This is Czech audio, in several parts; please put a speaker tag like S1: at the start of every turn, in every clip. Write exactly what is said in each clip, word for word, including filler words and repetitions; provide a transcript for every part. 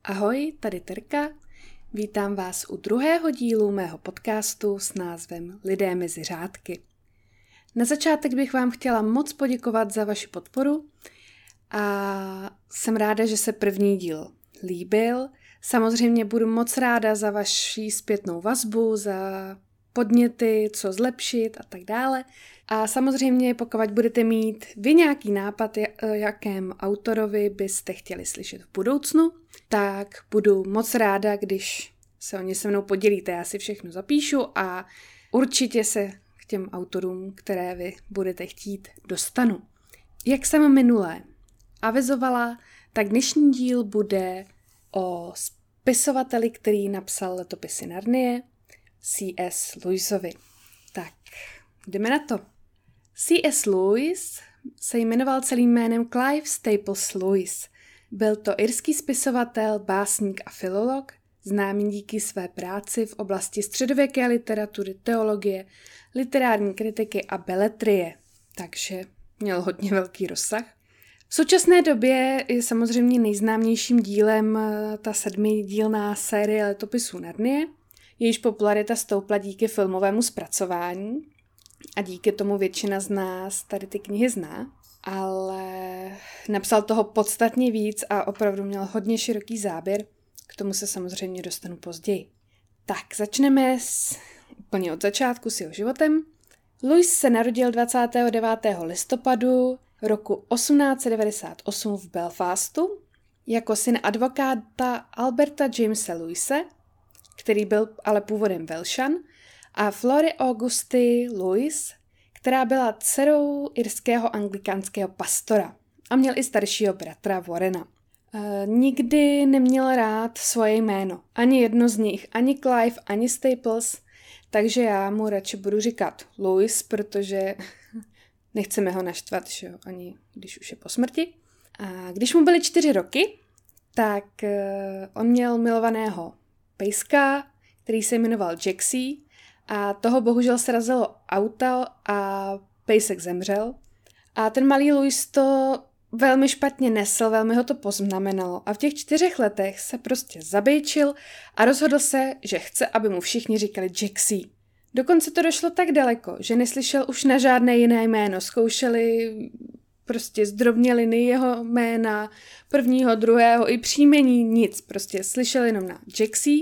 S1: Ahoj, tady Terka. Vítám vás u druhého dílu mého podcastu s názvem Lidé mezi řádky. Na začátek bych vám chtěla moc poděkovat za vaši podporu a jsem ráda, že se první díl líbil. Samozřejmě budu moc ráda za vaši zpětnou vazbu, za podněty, co zlepšit a tak dále. A samozřejmě, pokud budete mít vy nějaký nápad, jakém autorovi byste chtěli slyšet v budoucnu, tak budu moc ráda, když se o ně se mnou podělíte. Já si všechno zapíšu a určitě se k těm autorům, které vy budete chtít, dostanu. Jak jsem minule avizovala, tak dnešní díl bude o spisovateli, který napsal Letopisy Narnie, C S. Lewisovi. Tak, jdeme na to. C S. Lewis se jmenoval celým jménem Clive Staples Lewis. Byl to irský spisovatel, básník a filolog, známý díky své práci v oblasti středověké literatury, teologie, literární kritiky a beletrie, takže měl hodně velký rozsah. V současné době je samozřejmě nejznámějším dílem ta sedmidílná série Letopisů Narnie, jejíž popularita stoupla díky filmovému zpracování a díky tomu většina z nás tady ty knihy zná, ale napsal toho podstatně víc a opravdu měl hodně široký záběr, k tomu se samozřejmě dostanu později. Tak, začneme s, úplně od začátku s jeho životem. Lewis se narodil dvacátého devátého listopadu roku osmnáct set devadesát osm v Belfastu jako syn advokáta Alberta Jamese Lewise, který byl ale původem Welšan, a Flory Augusty Lewis, která byla dcerou irského anglikánského pastora a měl i staršího bratra Warrena. E, nikdy neměl rád svoje jméno, ani jedno z nich, ani Clive, ani Staples, takže já mu radši budu říkat Lewis, protože nechceme ho naštvat, že jo, ani když už je po smrti. A když mu byly čtyři roky, tak e, on měl milovaného pejska, který se jmenoval Jaxie, a toho bohužel srazilo auto a pejsek zemřel. A ten malý Lewis to velmi špatně nesl, velmi ho to poznamenalo. A v těch čtyřech letech se prostě zabejčil a rozhodl se, že chce, aby mu všichni říkali Jaxie. Dokonce to došlo tak daleko, že neslyšel už na žádné jiné jméno. Zkoušeli prostě zdrobněliny jeho jména, prvního, druhého i příjmení, nic. Prostě slyšel jenom na Jaxie.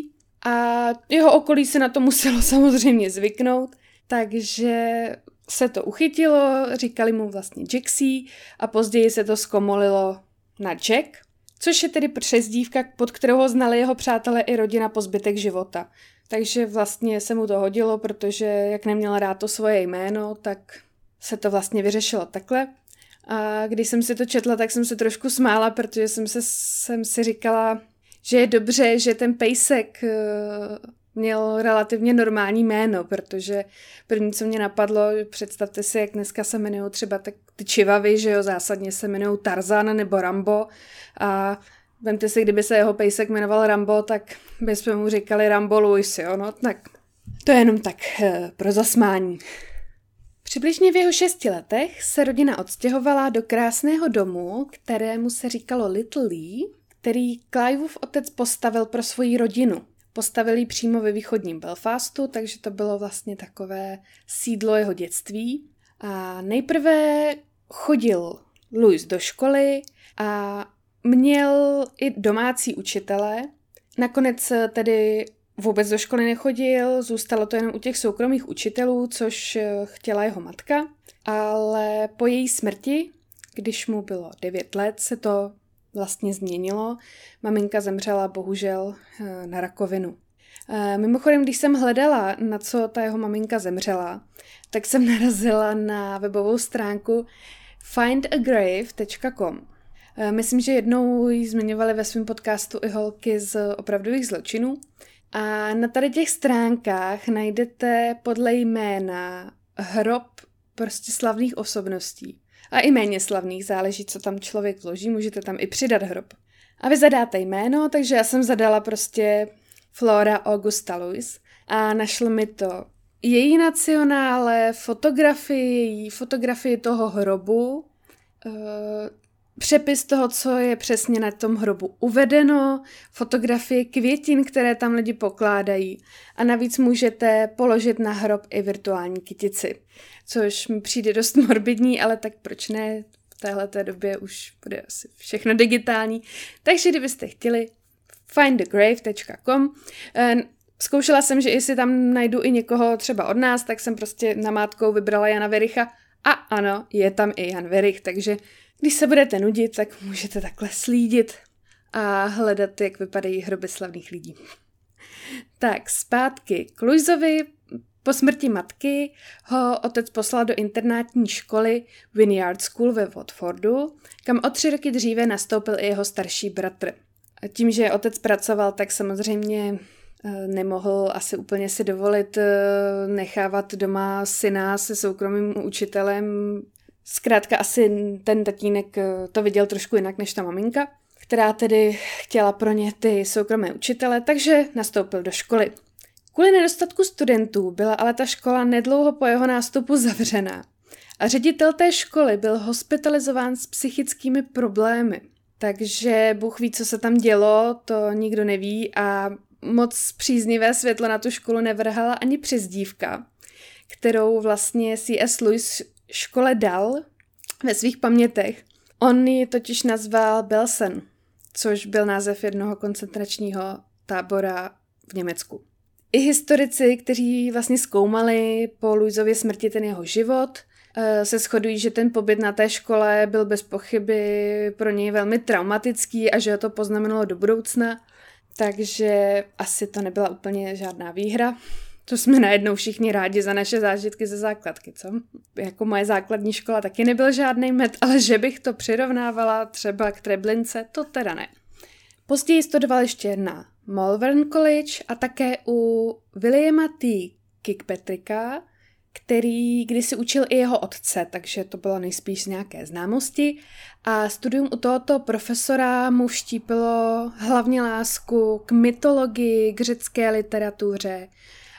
S1: A jeho okolí se na to muselo samozřejmě zvyknout, takže se to uchytilo, říkali mu vlastně Jaxie a později se to zkomolilo na Jack, což je tedy přezdívka, pod kterou ho znali jeho přátelé i rodina po zbytek života. Takže vlastně se mu to hodilo, protože jak neměl rád to svoje jméno, tak se to vlastně vyřešilo takhle. A když jsem si to četla, tak jsem se trošku smála, protože jsem, se, jsem si říkala, že je dobře, že ten pejsek měl relativně normální jméno, protože první, co mě napadlo, představte si, jak dneska se jmenují třeba tak ty čivavy, že jo, zásadně se jmenují Tarzan nebo Rambo a vemte si, kdyby se jeho pejsek jmenoval Rambo, tak bychom mu říkali Rambo Lewis, jo, no tak to je jenom tak pro zasmání. Přibližně v jeho šesti letech se rodina odstěhovala do krásného domu, kterému se říkalo Little Lee, který Cliveův otec postavil pro svoji rodinu. Postavil ji přímo ve východním Belfastu, takže to bylo vlastně takové sídlo jeho dětství. A nejprve chodil Lewis do školy a měl i domácí učitele. Nakonec tedy vůbec do školy nechodil, zůstalo to jenom u těch soukromých učitelů, což chtěla jeho matka. Ale po její smrti, když mu bylo devět let, se to vlastně změnilo. Maminka zemřela bohužel na rakovinu. Mimochodem, když jsem hledala, na co ta jeho maminka zemřela, tak jsem narazila na webovou stránku find a grave tečka com. Myslím, že jednou ji zmiňovali ve svém podcastu i holky z opravdových zločinů. A na tady těch stránkách najdete podle jména hrob prostě slavných osobností. A i méně slavných, záleží, co tam člověk vloží, můžete tam i přidat hrob. A vy zadáte jméno, takže já jsem zadala prostě Flora Augusta Lewis a našlo mi to její nacionále, fotografii, její fotografii toho hrobu, přepis toho, co je přesně na tom hrobu uvedeno, fotografie květin, které tam lidi pokládají a navíc můžete položit na hrob i virtuální kytici, což mi přijde dost morbidní, ale tak proč ne, v téhleté době už bude asi všechno digitální, takže kdybyste chtěli find the grave tečka com. Zkoušela jsem, že jestli tam najdu i někoho třeba od nás, tak jsem prostě namátkou vybrala Jana Wericha a ano, je tam i Jan Werich, takže když se budete nudit, tak můžete takhle slídit a hledat, jak vypadají hroby slavných lidí. Tak, zpátky k Louisovi. Po smrti matky ho otec poslal do internátní školy Vineyard School ve Watfordu, kam o tři roky dříve nastoupil i jeho starší bratr. A tím, že otec pracoval, tak samozřejmě nemohl asi úplně si dovolit nechávat doma syna se soukromým učitelem. Zkrátka asi ten tatínek to viděl trošku jinak než ta maminka, která tedy chtěla pro ně ty soukromé učitele, takže nastoupil do školy. Kvůli nedostatku studentů byla ale ta škola nedlouho po jeho nástupu zavřená a ředitel té školy byl hospitalizován s psychickými problémy. Takže Bůh ví, co se tam dělo, to nikdo neví a moc příznivé světlo na tu školu nevrhala ani přezdívka, kterou vlastně C S Lewis škole dal ve svých pamětech. On ji totiž nazval Belsen, což byl název jednoho koncentračního tábora v Německu. I historici, kteří vlastně zkoumali po Louisově smrti ten jeho život, se shodují, že ten pobyt na té škole byl bez pochyby pro něj velmi traumatický a že ho to poznamenalo do budoucna, takže asi to nebyla úplně žádná výhra. To jsme najednou všichni rádi za naše zážitky ze základky, co? Jako moje základní škola taky nebyl žádný med, ale že bych to přirovnávala třeba k Treblince, to teda ne. Později studoval ještě na Malvern College a také u Williama T. Kirkpatricka, který kdysi učil i jeho otce, takže to bylo nejspíš z nějaké známosti. A studium u tohoto profesora mu vštípilo hlavně lásku k mytologii, k řecké literatuře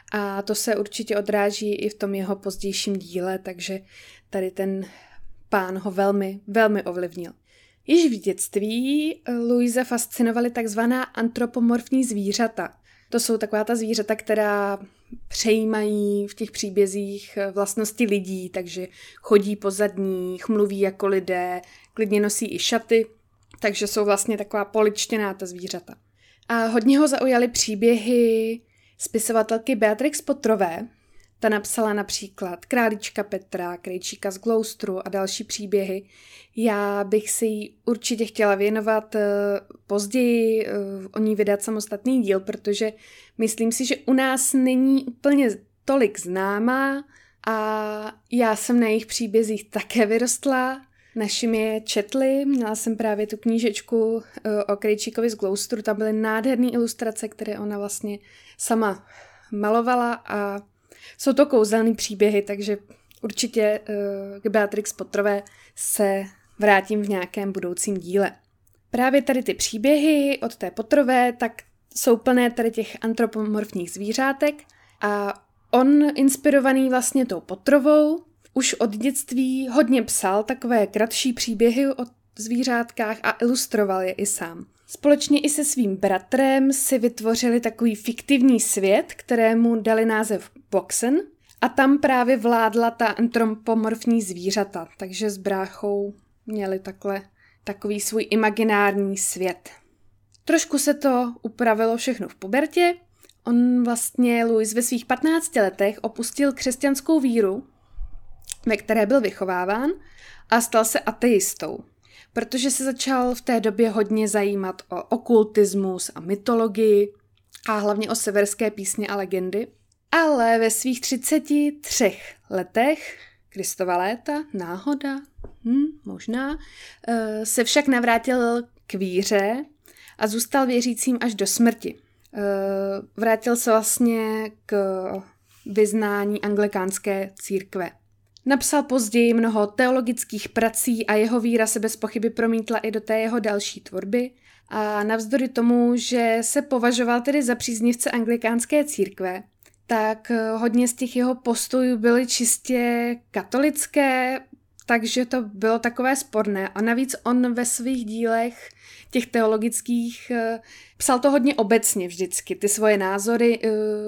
S1: a to se určitě odráží i v tom jeho pozdějším díle, takže tady ten pán ho velmi, velmi ovlivnil. Již v dětství Louise fascinovaly takzvaná antropomorfní zvířata. To jsou taková ta zvířata, která přejímají v těch příbězích vlastnosti lidí, takže chodí po zadních, mluví jako lidé, klidně nosí i šaty, takže jsou vlastně taková poličtěná ta zvířata. A hodně ho zaujaly příběhy spisovatelky Beatrix Potterové. Ta napsala například Králíčka Petra, Krejčíka z Gloucesteru a další příběhy. Já bych si jí určitě chtěla věnovat později, o ní vydat samostatný díl, protože myslím si, že u nás není úplně tolik známá a já jsem na jejich příbězích také vyrostla. Naši mi je četli, měla jsem právě tu knížečku o Krejčíkovi z Gloucesteru, tam byly nádherné ilustrace, které ona vlastně sama malovala a jsou to kouzelný příběhy, takže určitě uh, k Beatrix Potterové se vrátím v nějakém budoucím díle. Právě tady ty příběhy od té Potterové, tak jsou plné tady těch antropomorfních zvířátek a on, inspirovaný vlastně tou Potterovou, už od dětství hodně psal takové kratší příběhy o zvířátkách a ilustroval je i sám. Společně i se svým bratrem si vytvořili takový fiktivní svět, kterému dali název Boxen a tam právě vládla ta antropomorfní zvířata, takže s bráchou měli takhle takový svůj imaginární svět. Trošku se to upravilo všechno v pubertě. On vlastně, Louis, ve svých patnácti letech opustil křesťanskou víru, ve které byl vychováván a stal se ateistou, protože se začal v té době hodně zajímat o okultismus a mytologii a hlavně o severské písně a legendy. Ale ve svých třiceti třech letech, Kristova léta, náhoda, hm, možná, se však navrátil k víře a zůstal věřícím až do smrti. Vrátil se vlastně k vyznání anglikánské církve. Napsal později mnoho teologických prací a jeho víra se bez pochyby promítla i do té jeho další tvorby. A navzdory tomu, že se považoval tedy za příznivce anglikánské církve, tak hodně z těch jeho postojů byly čistě katolické, takže to bylo takové sporné. A navíc on ve svých dílech, těch teologických, psal to hodně obecně vždycky, ty svoje názory.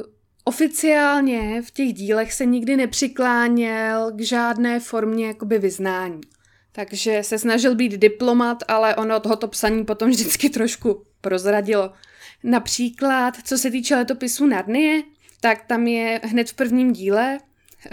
S1: Oficiálně v těch dílech se nikdy nepřikláněl k žádné formě jakoby vyznání. Takže se snažil být diplomat, ale ono tohoto psaní potom vždycky trošku prozradilo. Například, co se týče letopisu Narnie, tak tam je hned v prvním díle uh,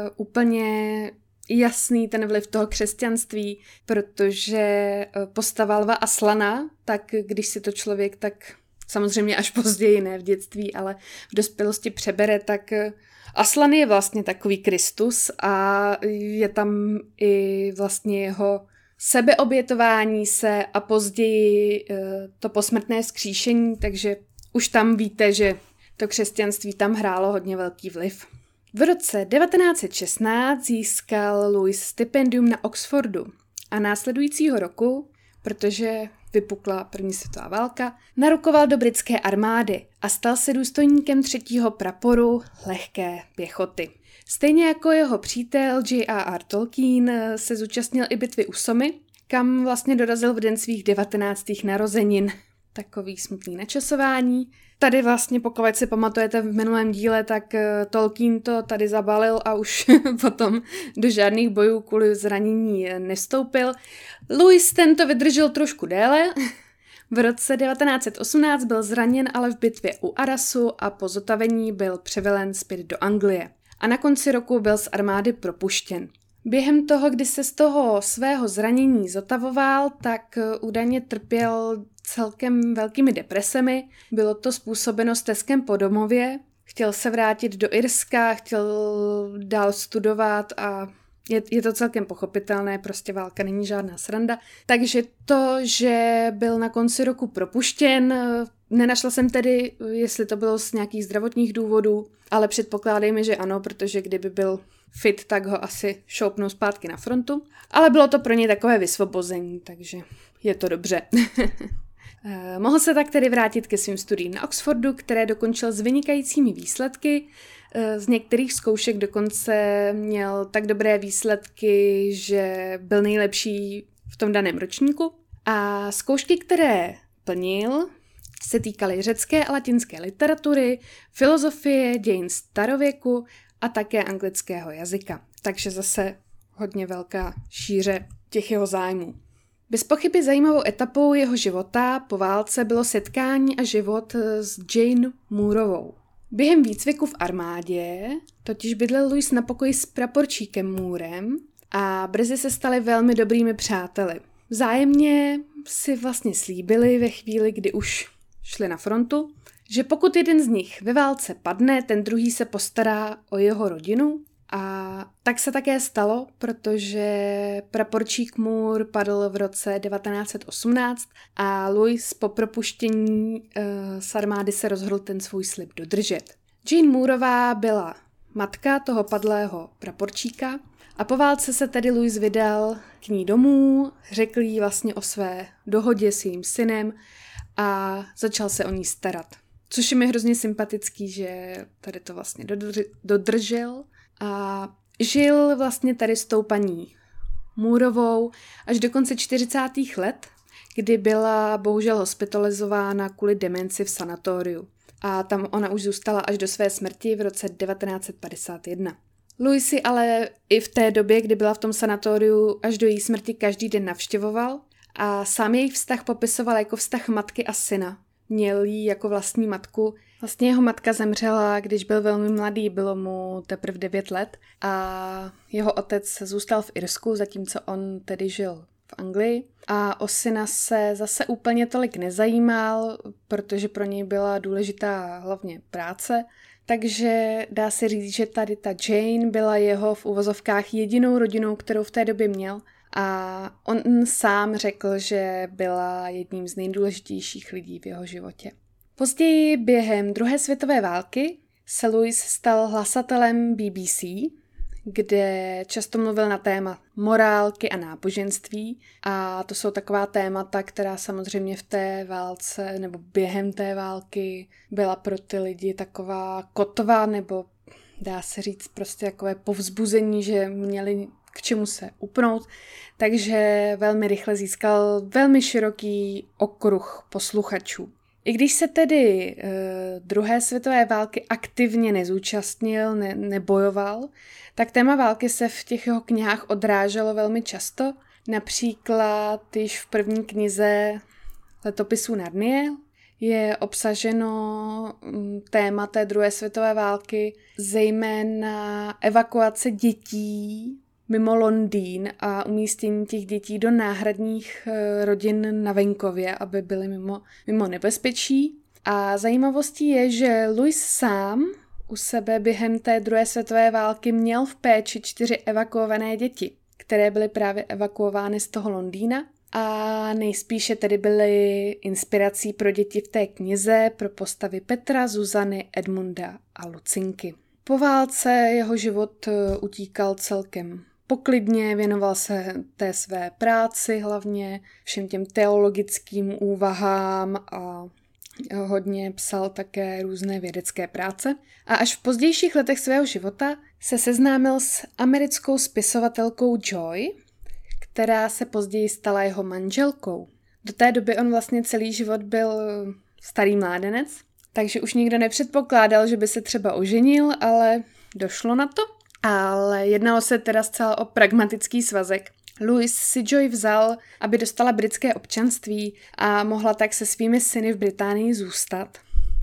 S1: úplně jasný ten vliv toho křesťanství, protože postava lva Aslana, tak když si to člověk tak samozřejmě až později, ne v dětství, ale v dospělosti přebere, tak Aslan je vlastně takový Kristus a je tam i vlastně jeho sebeobětování se a později to posmrtné vzkříšení, takže už tam víte, že to křesťanství tam hrálo hodně velký vliv. V roce devatenáct set šestnáct získal Lewis stipendium na Oxfordu a následujícího roku, protože vypukla první světová válka, narukoval do britské armády a stal se důstojníkem třetího praporu lehké pěchoty. Stejně jako jeho přítel J R R Tolkien se zúčastnil i bitvy u Somy, kam vlastně dorazil v den svých devatenáctých narozenin. Takový smutný načasování. Tady vlastně, pokud si pamatujete v minulém díle, tak Tolkien to tady zabalil a už potom do žádných bojů kvůli zranění nestoupil. Lewis ten to vydržel trošku déle. V roce devatenáct set osmnáct byl zraněn, ale v bitvě u Arrasu a po zotavení byl převelen zpět do Anglie. A na konci roku byl z armády propuštěn. Během toho, kdy se z toho svého zranění zotavoval, tak údajně trpěl celkem velkými depresemi. Bylo to způsobeno steskem po domově. Chtěl se vrátit do Irska, chtěl dál studovat a je, je to celkem pochopitelné, prostě válka není žádná sranda. Takže to, že byl na konci roku propuštěn, nenašla jsem tedy, jestli to bylo z nějakých zdravotních důvodů, ale předpokládejme, že ano, protože kdyby byl fit, tak ho asi šoupnou zpátky na frontu. Ale bylo to pro něj takové vysvobození, takže je to dobře. Mohl se tak tedy vrátit ke svým studiím na Oxfordu, které dokončil s vynikajícími výsledky. Z některých zkoušek dokonce měl tak dobré výsledky, že byl nejlepší v tom daném ročníku. A zkoušky, které plnil, se týkaly řecké a latinské literatury, filozofie, dějin starověku a také anglického jazyka. Takže zase hodně velká šíře těch jeho zájmů. Bez pochyby zajímavou etapou jeho života po válce bylo setkání a život s Jane Moorovou. Během výcviku v armádě totiž bydlel Lewis na pokoji s praporčíkem Moorem a brzy se stali velmi dobrými přáteli. Vzájemně si vlastně slíbili ve chvíli, kdy už šli na frontu, že pokud jeden z nich ve válce padne, ten druhý se postará o jeho rodinu. A tak se také stalo, protože praporčík Moore padl v roce devatenáct set osmnáct a Lewis po propuštění uh, z armády se rozhodl ten svůj slib dodržet. Jane Moorová byla matka toho padlého praporčíka a po válce se tedy Lewis vydal k ní domů, řekl jí vlastně o své dohodě s jejím synem a začal se o ní starat. Což je mi hrozně sympatický, že tady to vlastně dodrž- dodržel. A žil vlastně tady s tou paní Moorovou až do konce čtyřicátých let, kdy byla bohužel hospitalizována kvůli demenci v sanatoriu. A tam ona už zůstala až do své smrti v roce devatenáct set padesát jedna. Lewis si ale i v té době, kdy byla v tom sanatoriu, až do její smrti každý den navštěvoval a sám jejich vztah popisoval jako vztah matky a syna. Měl jí jako vlastní matku. Vlastně jeho matka zemřela, když byl velmi mladý, bylo mu teprve devět let a jeho otec zůstal v Irsku, zatímco on tedy žil v Anglii. A o syna se zase úplně tolik nezajímal, protože pro něj byla důležitá hlavně práce. Takže dá se říct, že tady ta Jane byla jeho v uvozovkách jedinou rodinou, kterou v té době měl. A on sám řekl, že byla jedním z nejdůležitějších lidí v jeho životě. Později během druhé světové války se Lewis stal hlasatelem B B C, kde často mluvil na téma morálky a náboženství. A to jsou taková témata, která samozřejmě v té válce nebo během té války byla pro ty lidi taková kotva nebo dá se říct prostě takové povzbuzení, že měli k čemu se upnout, takže velmi rychle získal velmi široký okruh posluchačů. I když se tedy e, druhé světové války aktivně nezúčastnil, ne, nebojoval, tak téma války se v těch jeho knihách odráželo velmi často. Například již v první knize Letopisů Narnie je obsaženo téma té druhé světové války, zejména evakuace dětí mimo Londýn a umístění těch dětí do náhradních rodin na venkově, aby byly mimo, mimo nebezpečí. A zajímavostí je, že Lewis sám u sebe během té druhé světové války měl v péči čtyři evakuované děti, které byly právě evakuovány z toho Londýna a nejspíše tedy byly inspirací pro děti v té knize pro postavy Petra, Zuzany, Edmunda a Lucinky. Po válce jeho život utíkal celkem poklidně, věnoval se té své práci hlavně, všem těm teologickým úvahám a hodně psal také různé vědecké práce. A až v pozdějších letech svého života se seznámil s americkou spisovatelkou Joy, která se později stala jeho manželkou. Do té doby on vlastně celý život byl starý mládenec, takže už nikdo nepředpokládal, že by se třeba oženil, ale došlo na to. Ale jednalo se teda zcela o pragmatický svazek. Lewis si Joy vzal, aby dostala britské občanství a mohla tak se svými syny v Británii zůstat.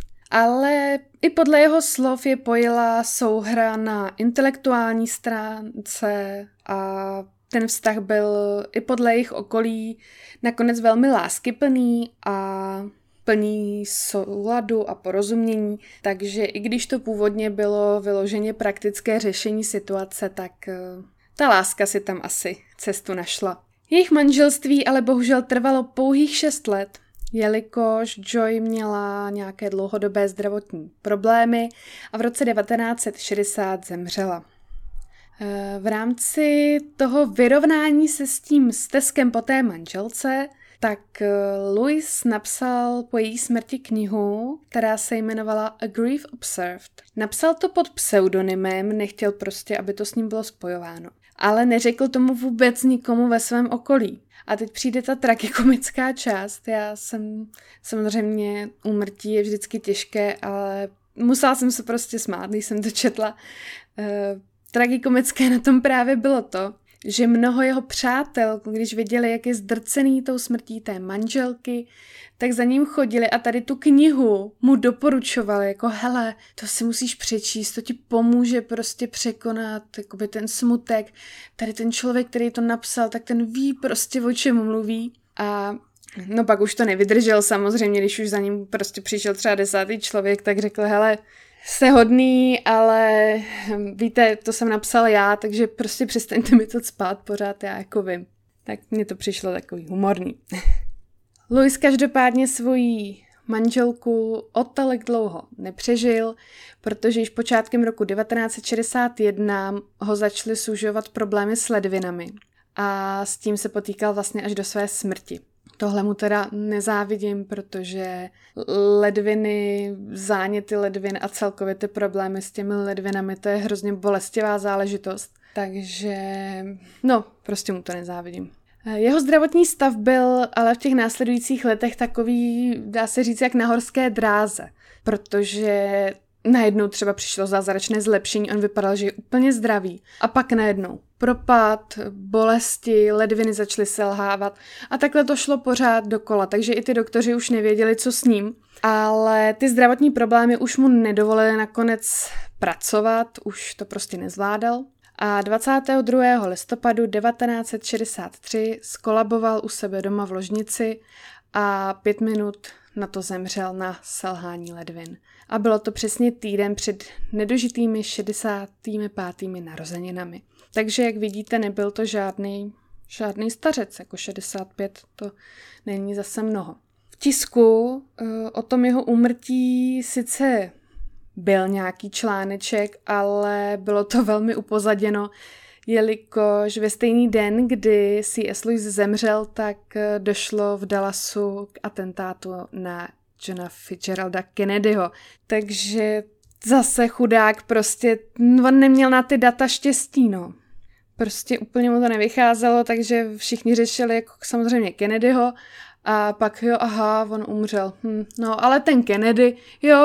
S1: Ale i podle jeho slov je pojila souhra na intelektuální stránce a ten vztah byl i podle jejich okolí nakonec velmi láskyplný a plný souladu a porozumění, takže i když to původně bylo vyloženě praktické řešení situace, tak ta láska si tam asi cestu našla. Jejich manželství ale bohužel trvalo pouhých šest let, jelikož Joy měla nějaké dlouhodobé zdravotní problémy a v roce devatenáct set šedesát zemřela. V rámci toho vyrovnání se s tím steskem po té manželce, tak Lewis napsal po její smrti knihu, která se jmenovala A Grief Observed. Napsal to pod pseudonymem, nechtěl prostě, aby to s ním bylo spojováno. Ale neřekl tomu vůbec nikomu ve svém okolí. A teď přijde ta tragikomická část. Já jsem, samozřejmě úmrtí je vždycky těžké, ale musela jsem se prostě smát, když jsem to četla. E, tragikomické na tom právě bylo to, že mnoho jeho přátel, když viděli, jak je zdrcený tou smrtí té manželky, tak za ním chodili a tady tu knihu mu doporučovali, jako hele, to si musíš přečíst, to ti pomůže prostě překonat jakoby ten smutek. Tady ten člověk, který to napsal, tak ten ví prostě, o čem mluví. A no pak už to nevydržel samozřejmě, když už za ním prostě přišel třeba desátý člověk, tak řekl, hele, jste hodný, ale víte, to jsem napsal já, takže prostě přestaňte mi to cpát pořád, já jako vím. Tak mně to přišlo takový humorný. Lewis každopádně svoji manželku o tolik dlouho nepřežil, protože již počátkem roku devatenáct set šedesát jedna ho začaly sužovat problémy s ledvinami a s tím se potýkal vlastně až do své smrti. Tohle mu teda nezávidím, protože ledviny, záněty ledvin a celkově ty problémy s těmi ledvinami, to je hrozně bolestivá záležitost. Takže, no, prostě mu to nezávidím. Jeho zdravotní stav byl ale v těch následujících letech takový, dá se říct, jak na horské dráze, protože najednou třeba přišlo zázračné zlepšení, on vypadal, že je úplně zdravý. A pak najednou propad, bolesti, ledviny začaly selhávat a takhle to šlo pořád dokola, takže i ty doktoři už nevěděli, co s ním. Ale ty zdravotní problémy už mu nedovolily nakonec pracovat, už to prostě nezvládal. A dvacátého druhého listopadu devatenáct set šedesát tři skolaboval u sebe doma v ložnici a pět minut na to zemřel na selhání ledvin. A bylo to přesně týden před nedožitými šedesátými pátými narozeninami. Takže, jak vidíte, nebyl to žádný, žádný stařec, jako šedesát pět, to není zase mnoho. V tisku uh, o tom jeho úmrtí sice byl nějaký článeček, ale bylo to velmi upozaděno, jelikož ve stejný den, kdy C S. Lewis zemřel, tak došlo v Dallasu k atentátu na Johna Fitzgeralda Kennedyho. Takže zase chudák prostě, on neměl na ty data štěstí, no. prostě úplně mu to nevycházelo, takže všichni řešili jako samozřejmě Kennedyho a pak jo, aha, on umřel. Hm, no, ale ten Kennedy, jo,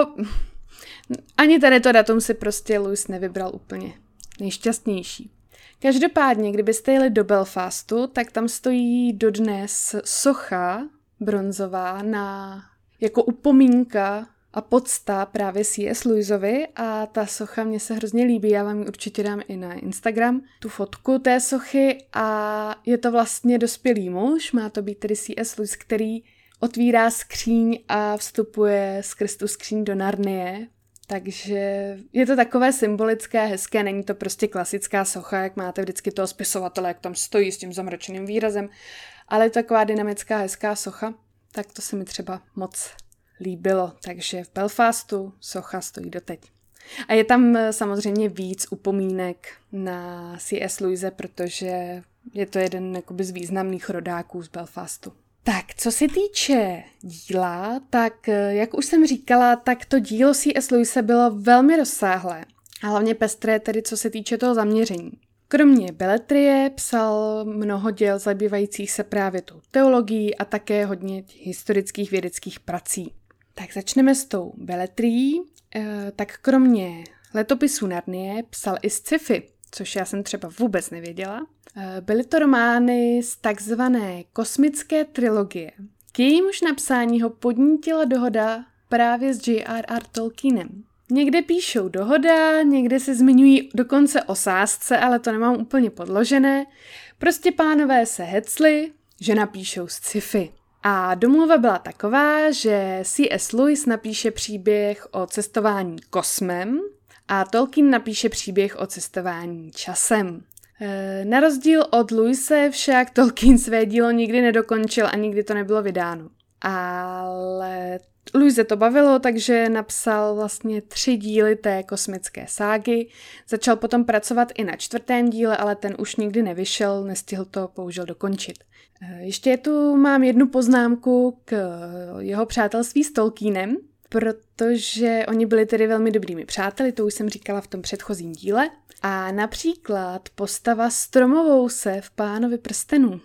S1: ani tady to datum si prostě Lewis nevybral úplně nejšťastnější. Každopádně, kdybyste jeli do Belfastu, tak tam stojí dodnes socha bronzová na, jako upomínka a pocta právě C S Lewisovi a ta socha mně se hrozně líbí, já vám ji určitě dám i na Instagram, tu fotku té sochy a je to vlastně dospělý muž, má to být tedy C S Lewis, který otvírá skříň a vstupuje skrz tu skříň do Narnie. Takže je to takové symbolické, hezké, není to prostě klasická socha, jak máte vždycky toho spisovatele, jak tam stojí s tím zamračeným výrazem, ale je to taková dynamická, hezká socha, tak to se mi třeba moc líbilo. Takže v Belfastu socha stojí doteď. A je tam samozřejmě víc upomínek na C S Lewise, protože je to jeden jakoby z významných rodáků z Belfastu. Tak, co se týče díla, tak jak už jsem říkala, tak to dílo C S Lewise bylo velmi rozsáhlé a hlavně pestré tedy co se týče toho zaměření. Kromě beletrie psal mnoho děl zabývajících se právě tou teologií a také hodně historických vědeckých prací. Tak začneme s tou beletrií. E, tak kromě letopisů Narnie psal i sci-fi, což já jsem třeba vůbec nevěděla. E, byly to romány z takzvané kosmické trilogie. K jejímuž napsání ho podnítila dohoda právě s J R R Tolkienem. Někde píšou dohoda, někde se zmiňují dokonce o sázce, ale to nemám úplně podložené. Prostě pánové se hecli, že napíšou sci-fi. A domluva byla taková, že C S Lewis napíše příběh o cestování kosmem a Tolkien napíše příběh o cestování časem. E, na rozdíl od Lewise však Tolkien své dílo nikdy nedokončil a nikdy to nebylo vydáno. Ale Lewise to bavilo, takže napsal vlastně tři díly té kosmické ságy. Začal potom pracovat i na čtvrtém díle, ale ten už nikdy nevyšel, nestihl to bohužel dokončit. Ještě tu mám jednu poznámku k jeho přátelství s Tolkienem, protože oni byli tedy velmi dobrými přáteli, to už jsem říkala v tom předchozím díle. A například postava Stromovouse v Pánovi prstenů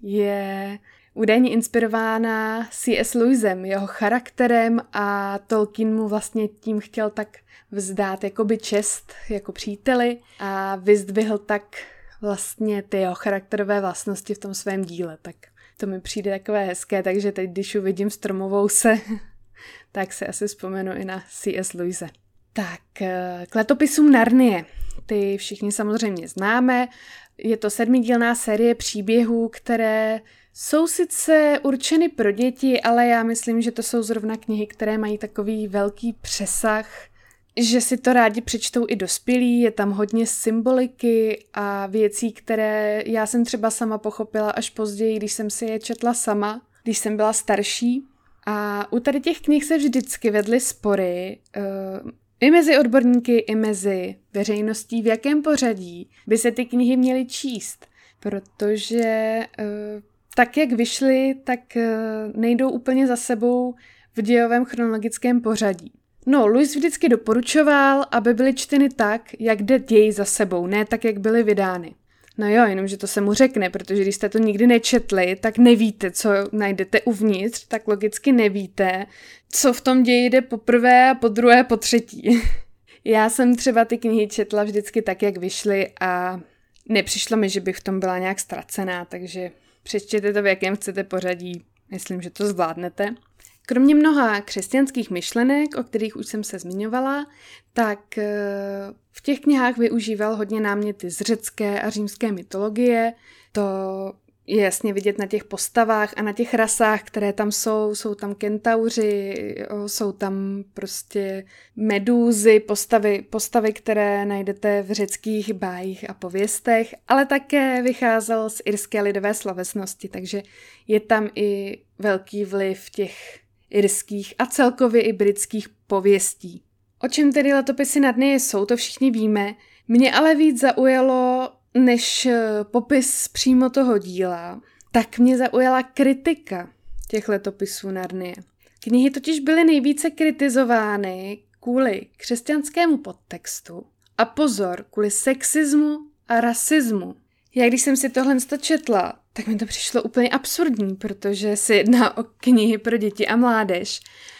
S1: je údajně inspirována C S Lewisem, jeho charakterem a Tolkien mu vlastně tím chtěl tak vzdát jakoby čest jako příteli a vyzdvihl tak vlastně ty jeho charakterové vlastnosti v tom svém díle, tak to mi přijde takové hezké, takže teď, když uvidím Stromovouse, tak se asi vzpomenu i na C S Lewise. Tak, k letopisům Narnie. Ty všichni samozřejmě známe. Je to sedmidílná série příběhů, které jsou sice určeny pro děti, ale já myslím, že to jsou zrovna knihy, které mají takový velký přesah, že si to rádi přečtou i dospělí, je tam hodně symboliky a věcí, které já jsem třeba sama pochopila až později, když jsem si je četla sama, když jsem byla starší. A u tady těch knih se vždycky vedly spory, uh, i mezi odborníky, i mezi veřejností, v jakém pořadí by se ty knihy měly číst, protože uh, tak, jak vyšly, tak uh, nejdou úplně za sebou v dějovém chronologickém pořadí. No, Lewis vždycky doporučoval, aby byly čteny tak, jak jde děj za sebou, ne tak, jak byly vydány. No jo, jenomže to se mu řekne, protože když jste to nikdy nečetli, tak nevíte, co najdete uvnitř, tak logicky nevíte, co v tom ději jde poprvé a po druhé, po třetí. Já jsem třeba ty knihy četla vždycky tak, jak vyšly a nepřišlo mi, že bych v tom byla nějak ztracená, takže přečtěte to, v jakém chcete pořadí, myslím, že to zvládnete. Kromě mnoha křesťanských myšlenek, o kterých už jsem se zmiňovala, tak v těch knihách využíval hodně náměty z řecké a římské mytologie. To je jasně vidět na těch postavách a na těch rasách, které tam jsou. Jsou tam kentauři, jsou tam prostě medúzy, postavy, postavy, které najdete v řeckých bájích a pověstech, ale také vycházel z irské lidové slovesnosti, takže je tam i velký vliv těch irských a celkově i britských pověstí. O čem tedy letopisy Narnie jsou, to všichni víme. Mě ale víc zaujalo, než popis přímo toho díla, tak mě zaujala kritika těch letopisů Narnie. Knihy totiž byly nejvíce kritizovány kvůli křesťanskému podtextu a pozor, kvůli sexismu a rasismu. Já když jsem si tohle četla, tak mi to přišlo úplně absurdní, protože se jedná o knihy pro děti a mládež.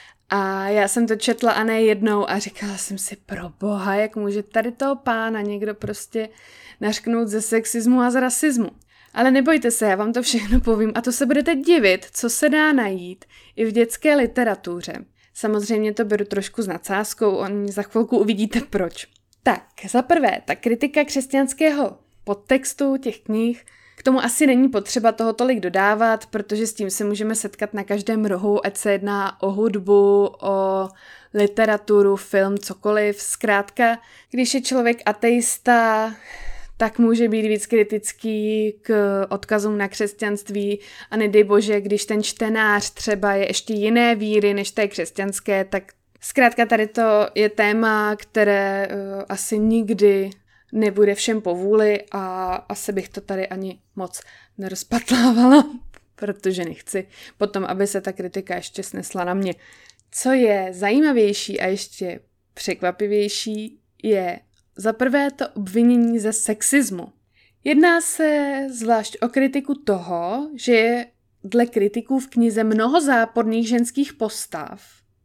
S1: A já jsem to četla a ne jednou a říkala jsem si, pro boha, jak může tady toho pána někdo prostě nařknout ze sexismu a z rasismu. Ale nebojte se, já vám to všechno povím a to se budete divit, co se dá najít i v dětské literatuře. Samozřejmě to beru trošku s nadsázkou, oni za chvilku uvidíte proč. Tak, za prvé, ta kritika křesťanského podtextu těch knih, k tomu asi není potřeba toho tolik dodávat, protože s tím se můžeme setkat na každém rohu, ať se jedná o hudbu, o literaturu, film, cokoliv. Zkrátka, když je člověk ateista, tak může být víc kritický k odkazům na křesťanství a nedej bože, když ten čtenář třeba je ještě jiné víry než té křesťanské, tak zkrátka tady to je téma, které uh, asi nikdy nebude všem po vůli a asi bych to tady ani moc nerozpatlávala, protože nechci potom, aby se ta kritika ještě snesla na mě. Co je zajímavější a ještě překvapivější, je za prvé to obvinění ze sexismu. Jedná se zvlášť o kritiku toho, že je dle kritiků v knize mnoho záporných ženských postav,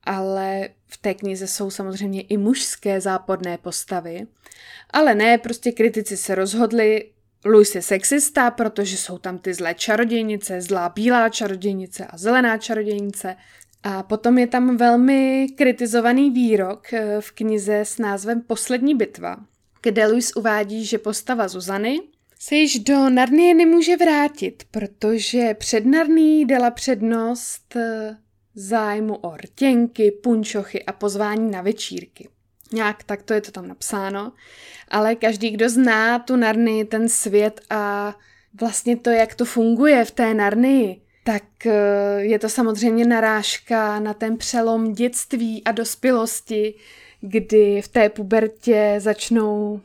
S1: ale v té knize jsou samozřejmě i mužské záporné postavy. Ale ne, prostě kritici se rozhodli, Lewis je sexista, protože jsou tam ty zlé čarodějnice, zlá bílá čarodějnice a zelená čarodějnice. A potom je tam velmi kritizovaný výrok v knize s názvem Poslední bitva, kde Lewis uvádí, že postava Zuzany se již do Narnie nemůže vrátit, protože před Narnií dala přednost zájmu o rtěnky, punčochy a pozvání na večírky. Nějak takto je to tam napsáno, ale každý, kdo zná tu Narnii, ten svět a vlastně to, jak to funguje v té Narnii, tak je to samozřejmě narážka na ten přelom dětství a dospělosti, kdy v té pubertě začnou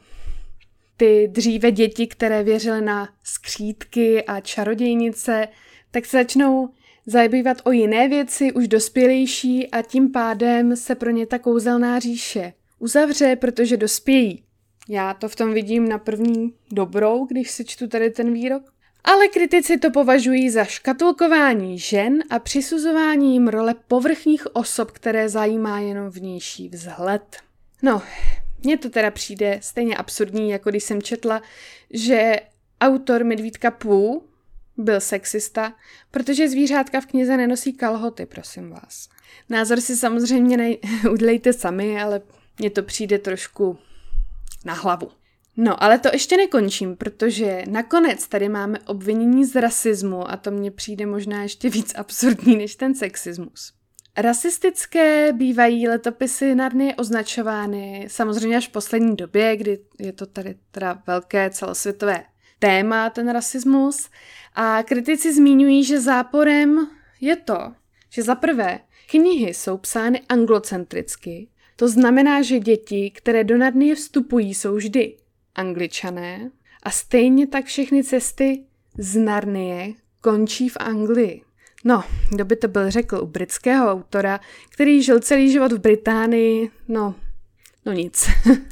S1: ty dříve děti, které věřily na skřítky a čarodějnice, tak se začnou zabývat o jiné věci, už dospělejší a tím pádem se pro ně ta kouzelná říše uzavře, protože dospějí. Já to v tom vidím na první dobrou, když si čtu tady ten výrok. Ale kritici to považují za škatulkování žen a přisuzování jim role povrchních osob, které zajímá jenom vnější vzhled. No, mně to teda přijde stejně absurdní, jako když jsem četla, že autor Medvídka Pů byl sexista, protože zvířátka v knize nenosí kalhoty, prosím vás. Názor si samozřejmě nej- udělejte sami, ale mně to přijde trošku na hlavu. No, ale to ještě nekončím, protože nakonec tady máme obvinění z rasismu a to mně přijde možná ještě víc absurdní než ten sexismus. Rasistické bývají letopisy Narnie označovány samozřejmě až v poslední době, kdy je to tady teda velké celosvětové téma, ten rasismus. A kritici zmiňují, že záporem je to, že za prvé knihy jsou psány anglocentricky. To znamená, že děti, které do Narnie vstupují, jsou vždy Angličané a stejně tak všechny cesty z Narnie končí v Anglii. No, kdo by to byl řekl u britského autora, který žil celý život v Británii, no, no nic.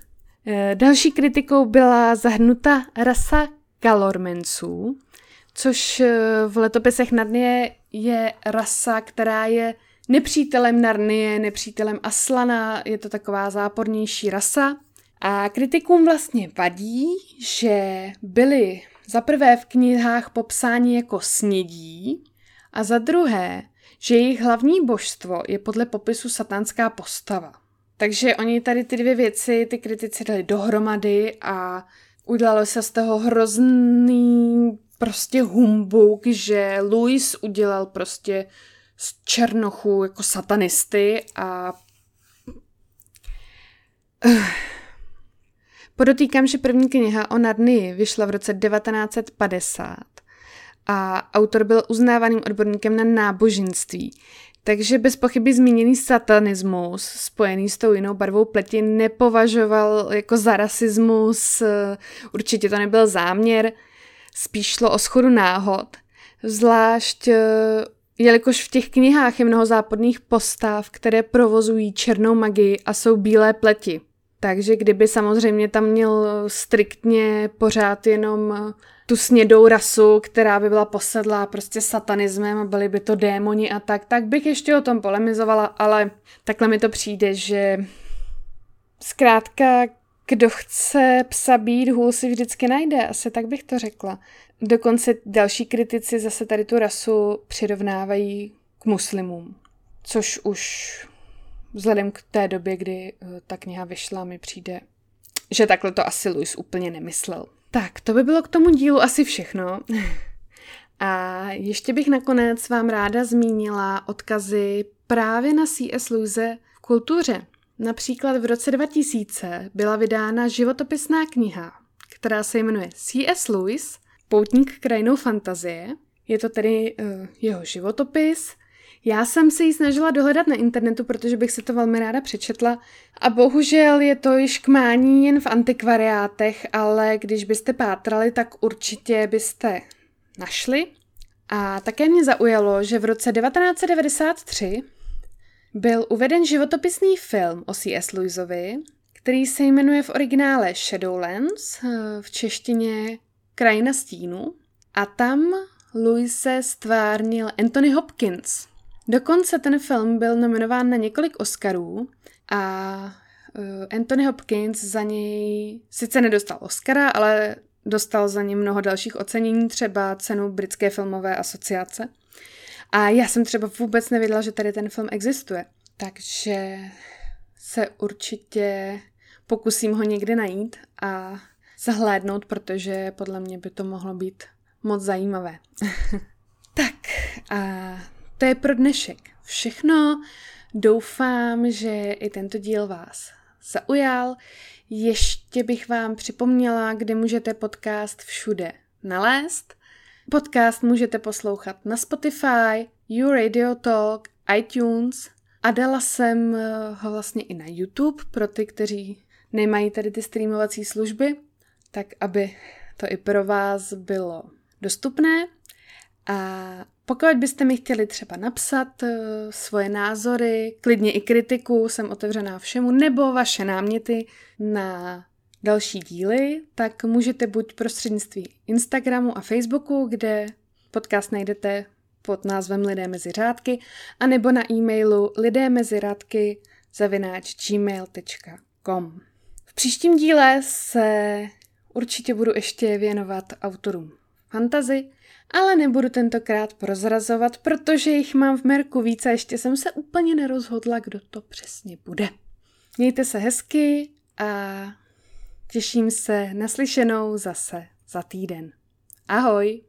S1: Další kritikou byla zahrnuta rasa Calormenců, což v letopisech Narnie je rasa, která je nepřítelem Narnie, nepřítelem Aslana, je to taková zápornější rasa. A kritikům vlastně vadí, že byli za prvé v knihách popsáni jako snědí a za druhé, že jejich hlavní božstvo je podle popisu satanská postava. Takže oni tady ty dvě věci, ty kritici dali dohromady a udělalo se z toho hrozný prostě humbuk, že Lewis udělal prostě z černochů jako satanisty a podotýkám, že první kniha o Narnii vyšla v roce devatenáct set padesát a autor byl uznávaným odborníkem na náboženství, takže bez pochyby zmíněný satanismus spojený s tou jinou barvou pleti nepovažoval jako za rasismus, určitě to nebyl záměr, spíš šlo o shodu náhod, zvlášť jelikož v těch knihách je mnoho záporných postav, které provozují černou magii a jsou bílé pleti. Takže kdyby samozřejmě tam měl striktně pořád jenom tu snědou rasu, která by byla posedlá prostě satanismem a byli by to démoni a tak, tak bych ještě o tom polemizovala, ale takhle mi to přijde, že zkrátka, kdo chce psa být, hůl si vždycky najde, asi tak bych to řekla. Dokonce další kritici zase tady tu rasu přirovnávají k muslimům, což už vzhledem k té době, kdy ta kniha vyšla, mi přijde, že takhle to asi Lewis úplně nemyslel. Tak, to by bylo k tomu dílu asi všechno. A ještě bych nakonec vám ráda zmínila odkazy právě na C S Lewise v kultuře. Například v roce dva tisíce byla vydána životopisná kniha, která se jmenuje C S Lewis, Poutník krajinou fantazie. Je to tedy uh, jeho životopis. Já jsem se ji snažila dohledat na internetu, protože bych si to velmi ráda přečetla a bohužel je to již k mání jen v antikvariátech, ale když byste pátrali, tak určitě byste našli. A také mě zaujalo, že v roce devatenáct set devadesát tři byl uveden životopisný film o C S Lewisovi, který se jmenuje v originále Shadowlands, v češtině Krajina stínu, a tam Lewise stvárnil Anthony Hopkins. Dokonce ten film byl nominován na několik Oscarů a Anthony Hopkins za něj sice nedostal Oscara, ale dostal za něj mnoho dalších ocenění, třeba cenu Britské filmové asociace. A já jsem třeba vůbec nevěděla, že tady ten film existuje. Takže se určitě pokusím ho někdy najít a zahlédnout, protože podle mě by to mohlo být moc zajímavé. Tak a to je pro dnešek všechno. Doufám, že i tento díl vás zaujal. Ještě bych vám připomněla, kde můžete podcast všude nalézt. Podcast můžete poslouchat na Spotify, YouRadio Talk, iTunes a dala jsem ho vlastně i na YouTube pro ty, kteří nemají tady ty streamovací služby, tak aby to i pro vás bylo dostupné. A pokud byste mi chtěli třeba napsat uh, svoje názory, klidně i kritiku, jsem otevřená všemu, nebo vaše náměty na další díly, tak můžete buď prostřednictvím Instagramu a Facebooku, kde podcast najdete pod názvem Lidé mezi řádky, anebo na e-mailu lidémeziřádky zavináč gmail tečka com. V příštím díle se určitě budu ještě věnovat autorům fantasy, ale nebudu tentokrát prozrazovat, protože jich mám v merku víc a ještě jsem se úplně nerozhodla, kdo to přesně bude. Mějte se hezky a těším se na slyšenou zase za týden. Ahoj!